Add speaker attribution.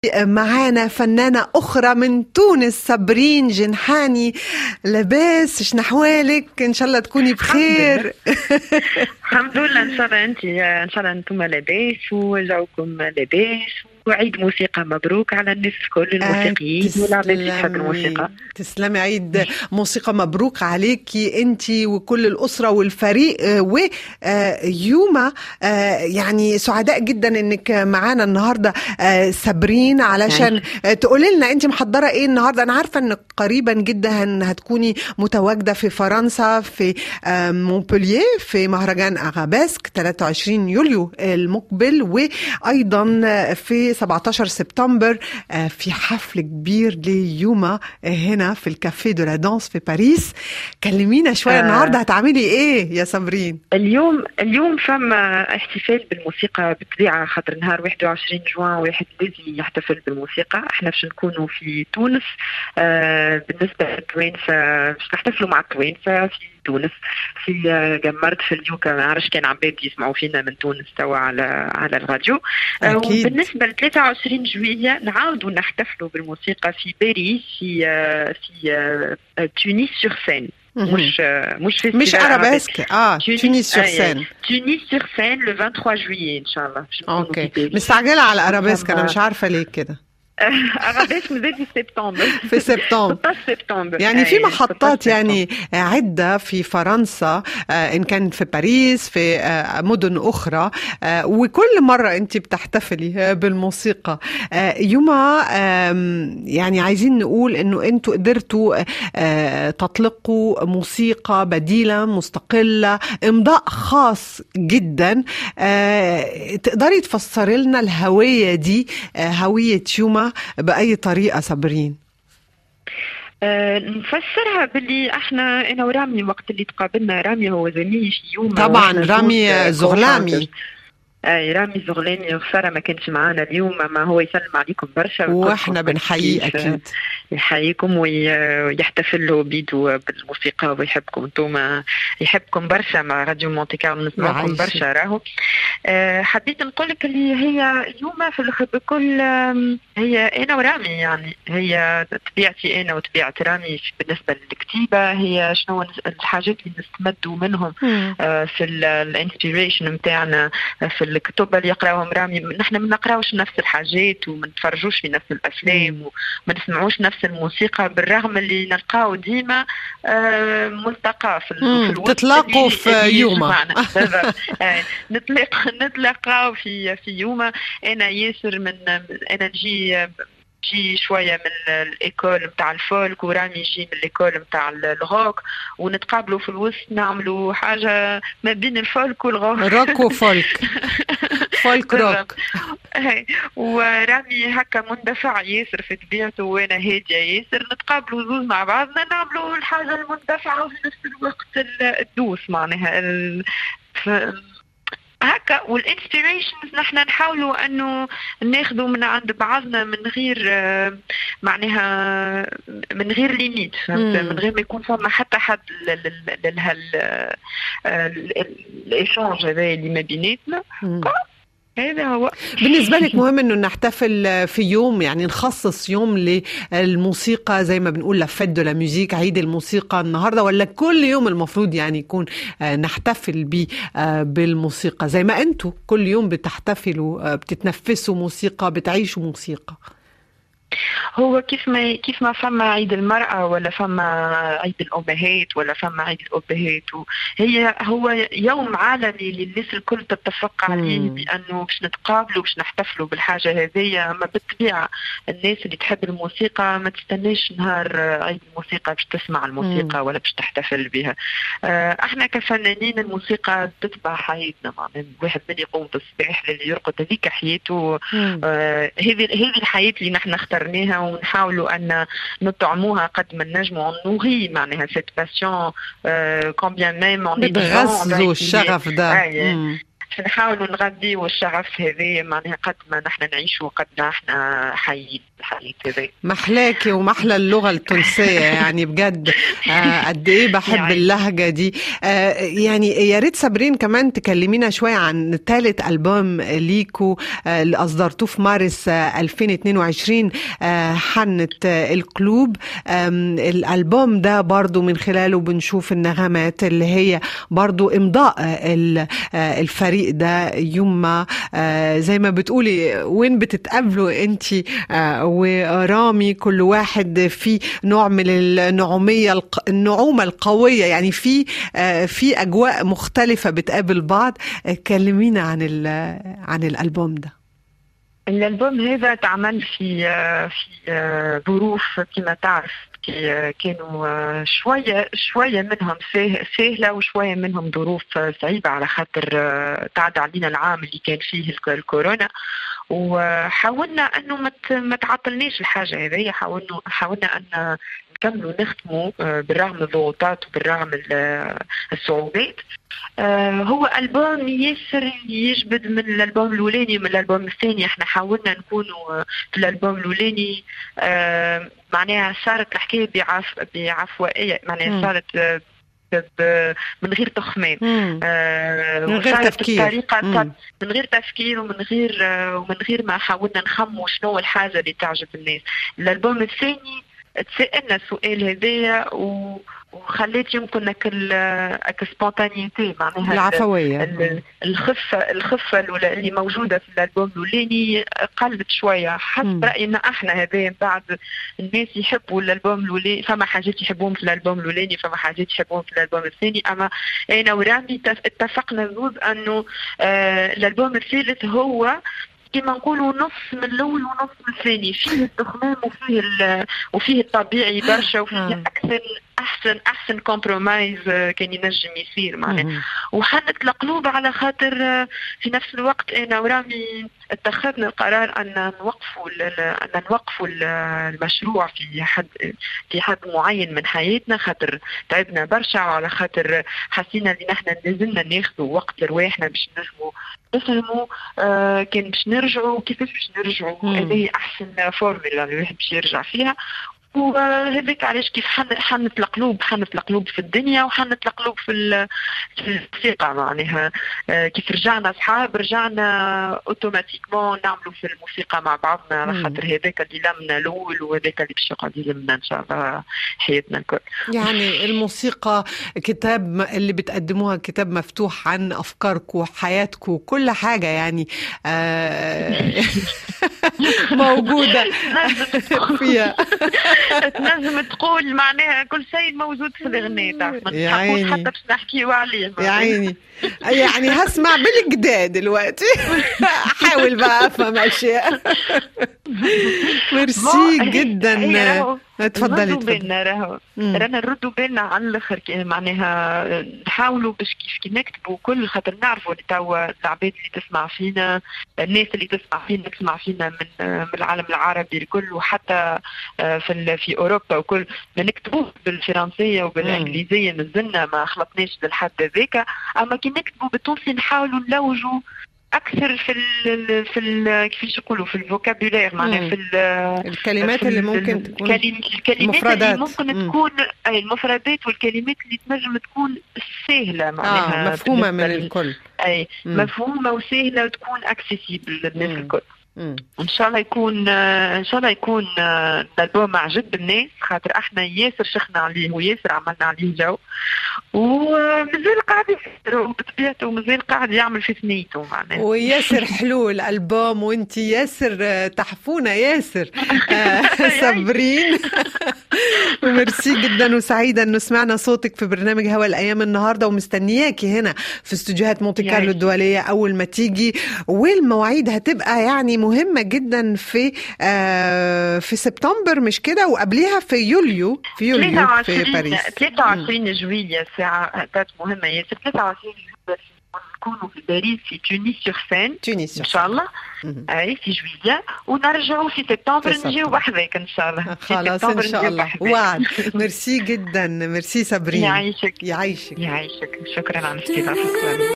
Speaker 1: معانا فنانة أخرى من تونس، صابرين جنحاني. لاباس شنو أحوالك؟ إن شاء الله تكوني بخير.
Speaker 2: الحمد لله. إن شاء الله أنت إن شاء الله أنتم لاباس وجوكم لاباس، وعيد موسيقى مبروك على الناس كل الموسيقيين والعباد اللي تحب الموسيقى.
Speaker 1: تسلمي، عيد موسيقى مبروك عليكي انت وكل الأسرة والفريق. ويوما يعني سعداء جدا انك معانا النهاردة صابرين، علشان تقولي لنا انت محضرة ايه النهاردة. انا عارفة انك قريبا جدا هتكوني متواجدة في فرنسا في مونبولييه في مهرجان أغاباسك 23 يوليو المقبل، وأيضا في 17 سبتمبر في حفل كبير ليوما هنا في الكافيه دو لا دانس في باريس. كلمينا شوية النهاردة هتعملي ايه يا صابرين؟
Speaker 2: اليوم فما احتفال بالموسيقى بالطبيعة، خاطر نهار 21 جوان واحد لازم يحتفل بالموسيقى. احنا باش نكونوا في تونس. بالنسبة للتوانسة باش نحتفلوا مع التوانسة في تونس في جمرت في اليوكا. ما عرفش كان عباد يسمعوا فينا من تونس توا على الراديو. وبالنسبه ل 23 جويلية نعاودوا نحتفلوا بالموسيقى في باريس في تونس سور سين. مش
Speaker 1: أرابيسك. تونس سور سين.
Speaker 2: تونس سور سين لو 23 جويلية ان شاء الله.
Speaker 1: اوكي، مستعجله على أرابيسك. انا مش عارفه ليه كده.
Speaker 2: أغاباسك مازال في سبتمبر.
Speaker 1: في سبتمبر يعني في محطات يعني عدة في فرنسا، إن كان في باريس في مدن أخرى، وكل مرة أنت بتحتفلي بالموسيقى. يوما يعني عايزين نقول إنه أنتوا قدرتوا تطلقوا موسيقى بديلة مستقلة، إمضاء خاص جدا. تقدري تفسري لنا الهوية دي، هوية يوما بأي طريقة صابرين؟
Speaker 2: نفسرها باللي احنا انا ورامي وقت اللي تقابلنا، رامي هو زميلي في يوما
Speaker 1: طبعا، رامي زغلامي.
Speaker 2: رامي زغلاني خسارة ما كانش معانا اليوم، ما هو يسلم عليكم برشا
Speaker 1: واحنا بنحييه اكيد،
Speaker 2: يحييكم ويحتفل له بيدو بالموسيقى ويحبكم انتم، يحبكم برشا مع راديو مونتي كارلو، نسمعكم برشا. راهو حبيت نقول لك اللي هي اليوم في الاخر بكل هي انا ورامي، يعني هي طبيعتي انا وطبيعه رامي بالنسبه للكتيبه. هي شنو الحاجات اللي نستمدوا منهم في الانسبيريشن نتاعنا في الكتب اللي يقراوهم رامي. نحن ما نقراوش نفس الحاجات وما نتفرجوش في نفس الافلام وما نسمعوش نفس الموسيقى، بالرغم اللي نلقاو ديما ملتقى في الوقت
Speaker 1: تتلاقوا في يوما.
Speaker 2: نتلاقاو في يوما. انا ياسر انا نجي شوية من الإيكول متاع الفولك، ورامي يجي من الإيكول متاع الروك، ونتقابلوا في الوسط نعملوا حاجة ما بين الفولك والروك.
Speaker 1: روك وفولك. فولك روك.
Speaker 2: ورامي هكا مندفع ياسر في طبيعته وانا هادية ياسر، نتقابلوا زوز مع بعضنا نعملوا الحاجة المندفعة وفي نفس الوقت الدوس معناها هكا. والانسبيريشنز نحن نحاولوا انه ناخذوا من عند بعضنا من غير معناها من غير ليميت، من غير ما يكون فما حتى حد الايشانج هذا اللي ما بيناتنا. هذا هو
Speaker 1: بالنسبة لك. مهم انه نحتفل في يوم، يعني نخصص يوم للموسيقى زي ما بنقول لافيت دو لا ميوزيك، عيد الموسيقى النهاردة، ولا كل يوم المفروض يعني يكون نحتفل بالموسيقى زي ما انتوا كل يوم بتحتفلوا، بتتنفسوا موسيقى، بتعيشوا موسيقى؟
Speaker 2: هو كيف ما فما عيد المرأة ولا فما عيد الأمهات ولا فما عيد الأبهات، هو يوم عالمي للناس الكل تتفق عليه بأنه باش نتقابلوا باش نحتفلوا بالحاجة هذه. ما بالطبيعة الناس اللي تحب الموسيقى ما تستناش نهار عيد الموسيقى باش تسمع الموسيقى ولا باش تحتفل بها. احنا كفنانين الموسيقى تتبع حياتنا، معناها واحد من يقوم بالصباح للي يرقد هذيك حياته. هذه الحياة اللي نحن اخترناها ونحاولوا أن نطعموها قد ما نجموا، نوغي معناها cette passion combien même en
Speaker 1: بتغذوا الشغف ده.
Speaker 2: نحاولوا نغذيوا الشغف هذا معناها قد ما نحن نعيشوا وقد ما احنا حيين الحديث هذا.
Speaker 1: محلاكي ومحلى اللغة التونسية يعني بجد. قد ايه بحب يعني اللهجة دي. يعني يا ريت صابرين كمان تكلمينا شوية عن ثالث ألبوم ليكو اللي أصدرتوه في مارس 2022 حنة القلوب. الألبوم ده برضو من خلاله بنشوف النغمات اللي هي برضو إمضاء الفريق ده. يوم زي ما بتقولي وين بتتقابلوا انتي ورامي، كل واحد في نوع من النعومة القوية، يعني في أجواء مختلفة بتقابل بعض. كلمينا عن الألبوم ده.
Speaker 2: الألبوم هذا تعمل في ظروف كما تعرف كانوا شوية منهم سهلة وشوية منهم ظروف صعيبة، على خاطر تعدى علينا العام اللي كان فيه الكورونا، وحاولنا أنه ما تعطلناش الحاجة هذه. حاولنا أن نكملوا نختموا بالرغم من الضغوطات وبالرغم الصعوبات. هو ألبوم ياسر يجبد من الألبوم الأولاني. من الألبوم الثاني احنا حاولنا نكونوا في الألبوم الأولاني معناها صارت الحكاية بعفوائية، معناها صارت من غير تخمام،
Speaker 1: من غير تفكير،
Speaker 2: من غير تفكير ومن غير ما حاولنا نخموا شنو الحاجة اللي تعجب الناس. الألبوم الثاني تسألنا السؤال هذايا وخليت يمكن اك سبونتانيتي، معناها
Speaker 1: العفوية،
Speaker 2: الخفة اللي موجودة في الألبوم الأولاني قلت شوية حسب رأينا احنا. هذا بعد الناس يحبوا الألبوم الأولاني، فما حاجات يحبوهم في الألبوم الأولاني، فما حاجات يحبوهم في الألبوم الثاني. أما أنا ورامي اتفقنا زوز أنه الألبوم الثالث هو كما نقولوا نص من الأول ونص من الثاني، فيه التخمام وفيه الطبيعي برشا، وفيه أحسن كومبرومايز كان ينجم يصير معناه. وحنت القلوب على خاطر في نفس الوقت أنا ورامي اتخذنا القرار أن نوقفوا المشروع في حد معين من حياتنا، خاطر تعبنا برشا، وعلى خاطر حسينا ان احنا لازمنا ناخذوا وقت لرواحنا باش نجموا نفهموا كان باش نرجعوا كيفاش باش نرجعوا. هذه احسن فورمولا الواحد باش يرجع فيها. وهذاك علاش كيف حنت القلوب في الدنيا وحنت القلوب في الموسيقى معناها. كيف رجعنا اصحاب رجعنا اوتوماتيكمون نعملوا في الموسيقى مع بعضنا، على خاطر هذاك اللي لمنا الاول وهذاك اللي باش يقعد يلمنا ان شاء الله حياتنا الكل.
Speaker 1: يعني الموسيقى كتاب اللي بتقدموها كتاب مفتوح عن افكاركم وحياتكم وكل حاجه يعني موجوده فيها.
Speaker 2: تنجم تقول معناها كل شيء موجود في الغناء، تعرف ما تحكوش حتى باش نحكيوا عليه
Speaker 1: يا عيني. يعني هسمع بالجداد دلوقتي حاول بقى افهم اشياء. ميرسي جدا. تفضلي.
Speaker 2: رانا نردوا بالنا على الاخر معناها نحاولوا باش كيف نكتبوا كل، خاطر نعرفوا اللي توا العباد اللي تسمع فينا، الناس اللي تسمع فينا من العالم العربي الكل، وحتى في اوروبا وكل، ما نكتبوه بالفرنسيه وبالانجليزيه مازلنا ما خلطناش للحد ذاك. اما كي نكتبوا بالتونسي نحاولوا نلوجوا اكثر في كيفاش يقولوا في الفوكابولير، معناها في
Speaker 1: الكلمات اللي ممكن تكون
Speaker 2: الكلمات اللي ممكن تكون المفردات والكلمات اللي تنجم تكون سهله معناها
Speaker 1: مفهومه من الكل،
Speaker 2: مفهومه وسهله وتكون اكسيسيبل للناس الكل. ان شاء الله يكون الالبوم عجب الناس، خاطر احنا ياسر شخنا عليه وياسر عملنا عليه جو، ومازال قاعد يفكر بطبيعته ومازال قاعد يعمل في ثنيته معناها.
Speaker 1: وياسر حلو الالبوم، وانت ياسر تحفونا ياسر صابرين. وميرسي جدا وسعيده انه سمعنا صوتك في برنامج هوا الايام النهارده، ومستنياكي هنا في استوديوهات مونتي كارلو الدوليه اول ما تيجي. والمواعيد هتبقى يعني مهمه جدا في سبتمبر مش كده، وقبليها في يوليو في باريس
Speaker 2: 23 جويلية ساعه مهمه ياسر. 23 جويلية نكونوا في باريس في تونس سور سين ان شاء الله. اي في جويلية، ونرجعوا في سبتمبر نجيو بحذاك ان شاء الله.
Speaker 1: خلاص ان شاء الله وعد. ميرسي جدا. ميرسي صابرين.
Speaker 2: يعيشك.
Speaker 1: شكرا على
Speaker 2: الاستضافه.